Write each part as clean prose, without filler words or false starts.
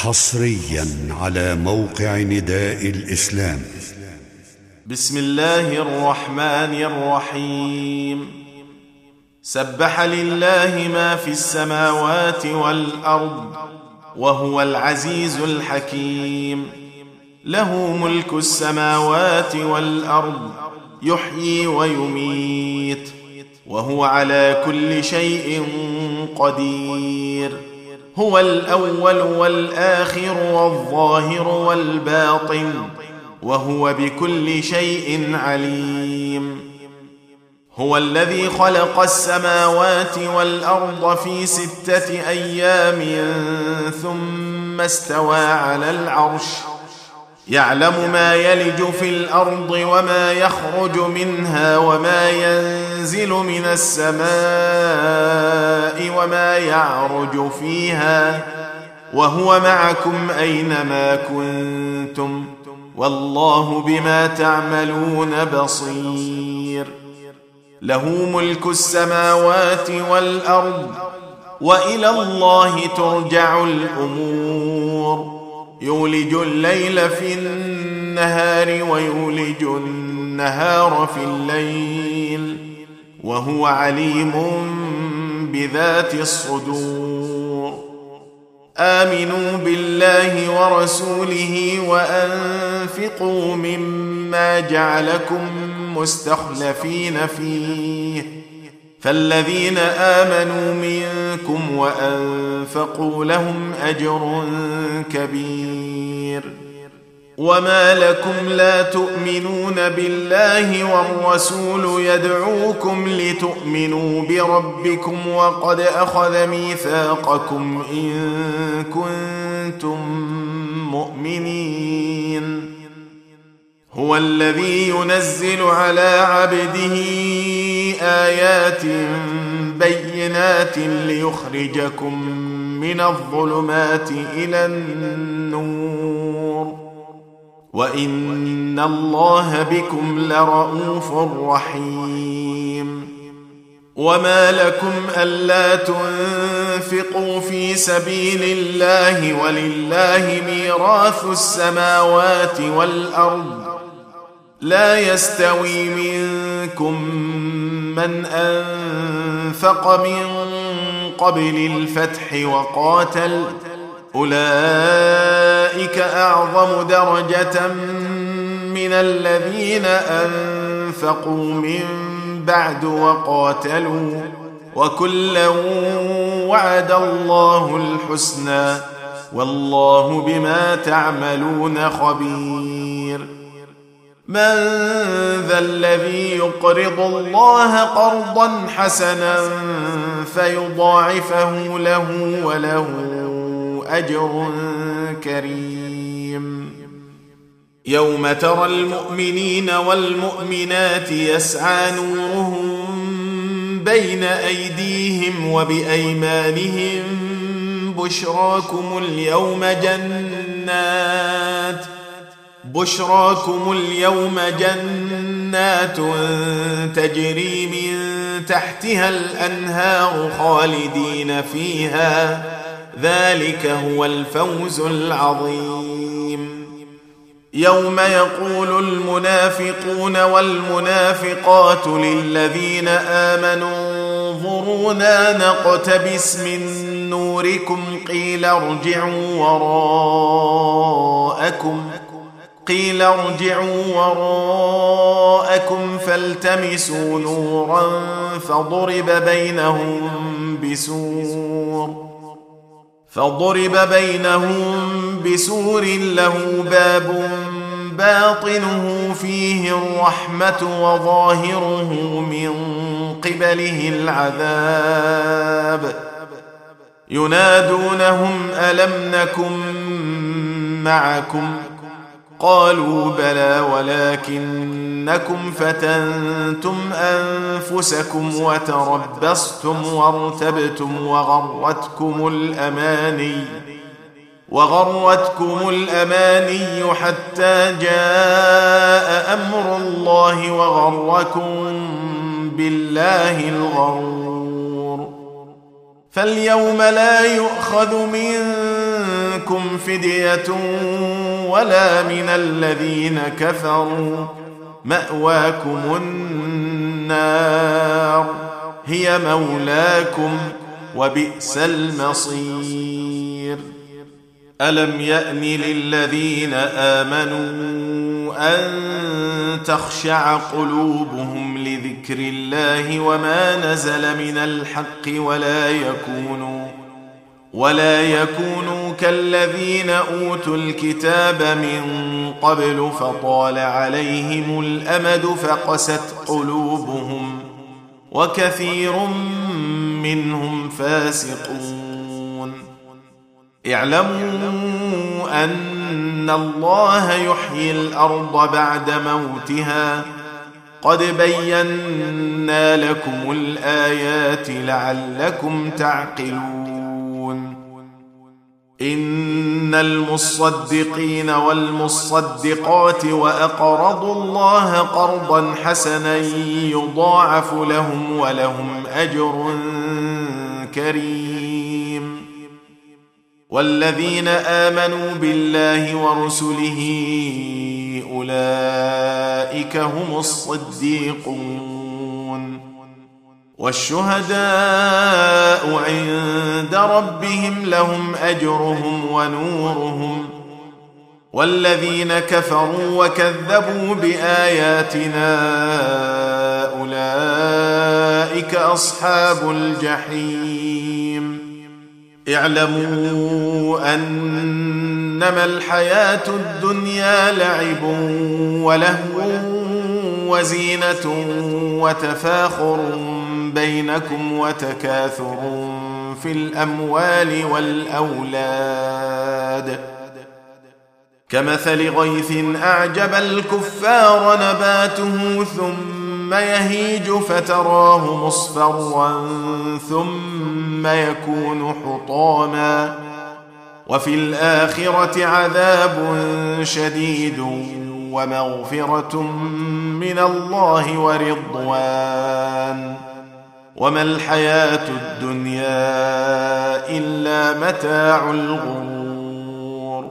حصريا على موقع نداء الإسلام. بسم الله الرحمن الرحيم. سبح لله ما في السماوات والأرض وهو العزيز الحكيم. له ملك السماوات والأرض يحيي ويميت وهو على كل شيء قدير. هو الأول والآخر والظاهر والباطن وهو بكل شيء عليم. هو الذي خلق السماوات والأرض في 6 أيام ثم استوى على العرش. يعلم ما يلج في الأرض وما يخرج منها وما ينزل من السماء وما يعرج فيها وهو معكم أينما كنتم والله بما تعملون بصير. له ملك السماوات والأرض وإلى الله ترجع الأمور. يولج الليل في النهار ويولج النهار في الليل وهو عليم بذات الصدور. آمنوا بالله ورسوله وأنفقوا مما جعلكم مستخلفين فيه فالذين آمنوا منكم وأنفقوا لهم أجر كبير. وما لكم لا تؤمنون بالله والرسول يدعوكم لتؤمنوا بربكم وقد أخذ ميثاقكم إن كنتم مؤمنين. هو الذي ينزل على عبده آيات بينات ليخرجكم من الظلمات إلى النور وإن الله بكم لرؤوف رحيم. وما لكم ألا تنفقوا في سبيل الله ولله ميراث السماوات والأرض لا يستوي منكم من أنفق من قبل الفتح وقاتل أولئك أعظم درجة من الذين أنفقوا من بعد وقاتلوا وكلا وعد الله الحسنى والله بما تعملون خبير. من ذا الذي يقرض الله قرضا حسنا فيضاعفه له وله أجر كريم. يوم ترى المؤمنين والمؤمنات يسعى نورهم بين أيديهم وبأيمانهم بشراكم اليوم جنات تجري من تحتها الأنهار خالدين فيها ذلك هو الفوز العظيم. يوم يقول المنافقون والمنافقات للذين آمنوا انظرونا نقتبس من نوركم قيل ارجعوا وراءكم فالتمسوا نورا فضرب بينهم بسور له باب باطنه فيه الرحمة وظاهره من قبله العذاب. ينادونهم ألم نكن معكم قالوا بلى ولكنكم فتنتم أنفسكم وتربصتم وارتبتم وغرتكم الأماني حتى جاء أمر الله وغركم بالله الغرور. فاليوم لا يؤخذ منكم منكم فدية ولا من الذين كفروا، مأواكم النار هي مولاكم وبئس المصير. ألم يأن للذين آمنوا أن تخشع قلوبهم لذكر الله وما نزل من الحق ولا يكونوا كالذين أوتوا الكتاب من قبل فطال عليهم الأمد فقست قلوبهم وكثير منهم فاسقون. اعلموا أن الله يحيي الأرض بعد موتها، قد بينا لكم الآيات لعلكم تعقلون. إن المصدقين والمصدقات وأقرضوا الله قرضا حسنا يضاعف لهم ولهم أجر كريم. والذين آمنوا بالله ورسله أولئك هم الصديقون، والشهداء عند ربهم لهم أجرهم ونورهم، والذين كفروا وكذبوا بآياتنا أولئك أصحاب الجحيم. اعلموا أنما الحياة الدنيا لعب ولهو وزينة وتفاخر بينكم وتكاثر في الأموال والأولاد، كمثل غيث أعجب الكفار نباته ثم يهيج فتراه مصفرا ثم يكون حطاما، وفي الآخرة عذاب شديد ومغفرة من الله ورضوان، وما الحياة الدنيا إلا متاع الغرور.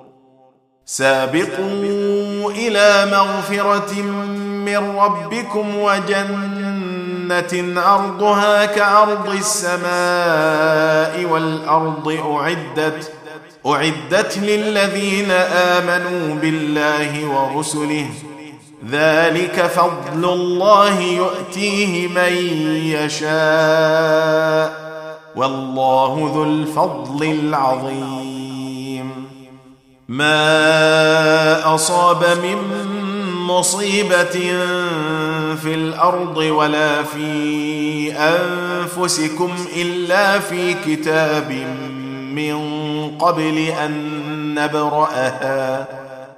سابقوا إلى مغفرة من ربكم وجنة عرضها كعرض السماء والأرض أعدت للذين آمنوا بالله ورسله، ذلك فضل الله يؤتيه من يشاء والله ذو الفضل العظيم. ما أصاب من مصيبة في الأرض ولا في أنفسكم إلا في كتاب من قبل أن نبرأها،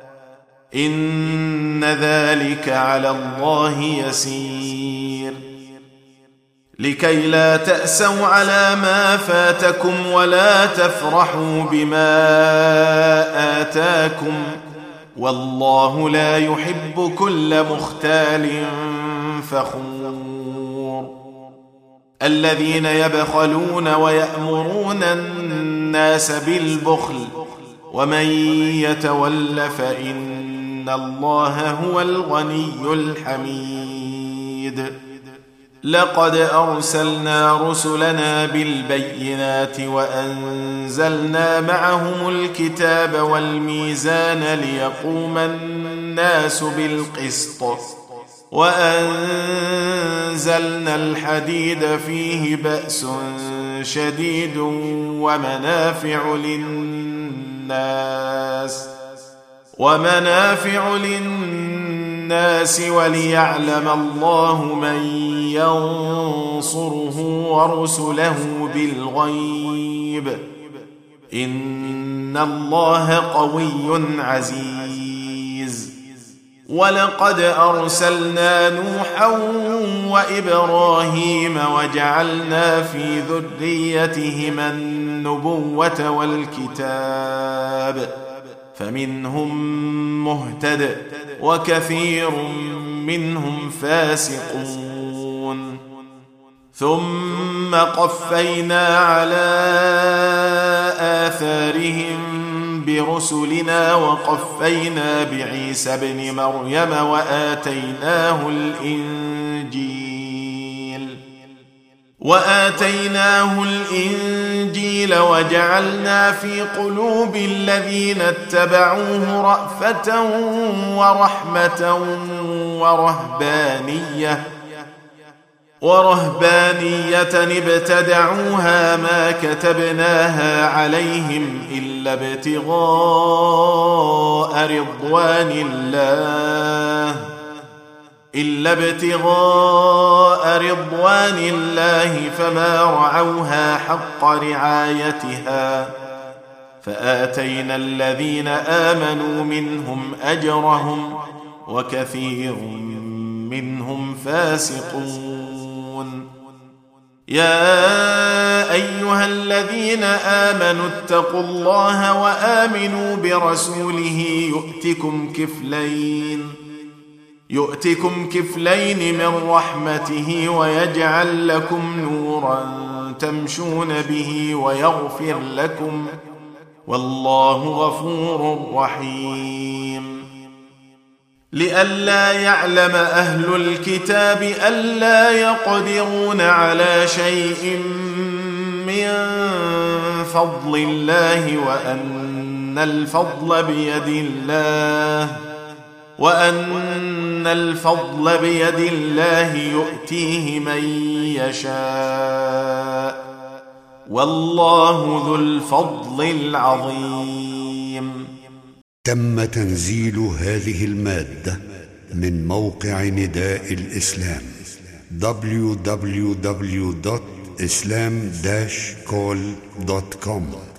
إن ذلك على الله يسير. لكي لا تأسوا على ما فاتكم ولا تفرحوا بما آتاكم، والله لا يحب كل مختال فخور. الذين يبخلون ويأمرون الناس بالبخل ومن يتول فإن الله هو الغني الحميد. لقد أرسلنا رسلنا بالبينات وأنزلنا معهم الكتاب والميزان ليقوم الناس بالقسط، وأنزلنا الحديد فيه بأس شديد ومنافع للناس وليعلم الله من ينصره ورسله بالغيب، إن الله قوي عزيز. ولقد أرسلنا نوحا وإبراهيم وجعلنا في ذريتهما النبوة والكتاب، فمنهم مهتد وكثير منهم فاسقون. ثم قفينا على آثارهم برسلنا وقفينا بعيسى ابن مريم وآتيناه الإنجيل وجعلنا في قلوب الذين اتبعوه رأفة ورحمة ورهبانية ابتدعوها ما كتبناها عليهم إلا ابتغاء رضوان الله فما رعوها حق رعايتها فآتينا الذين آمنوا منهم أجرهم وكثير منهم فاسقون. يا أيها الذين آمنوا اتقوا الله وآمنوا برسوله يؤتكم كفلين من رحمته ويجعل لكم نورا تمشون به ويغفر لكم والله غفور رحيم. لئلا يعلم أهل الكتاب ألا يقدرون على شيء من فضل الله وأن الفضل بيد الله يؤتيه من يشاء والله ذو الفضل العظيم. تم تنزيل هذه المادة من موقع نداء الإسلام www.islam-call.com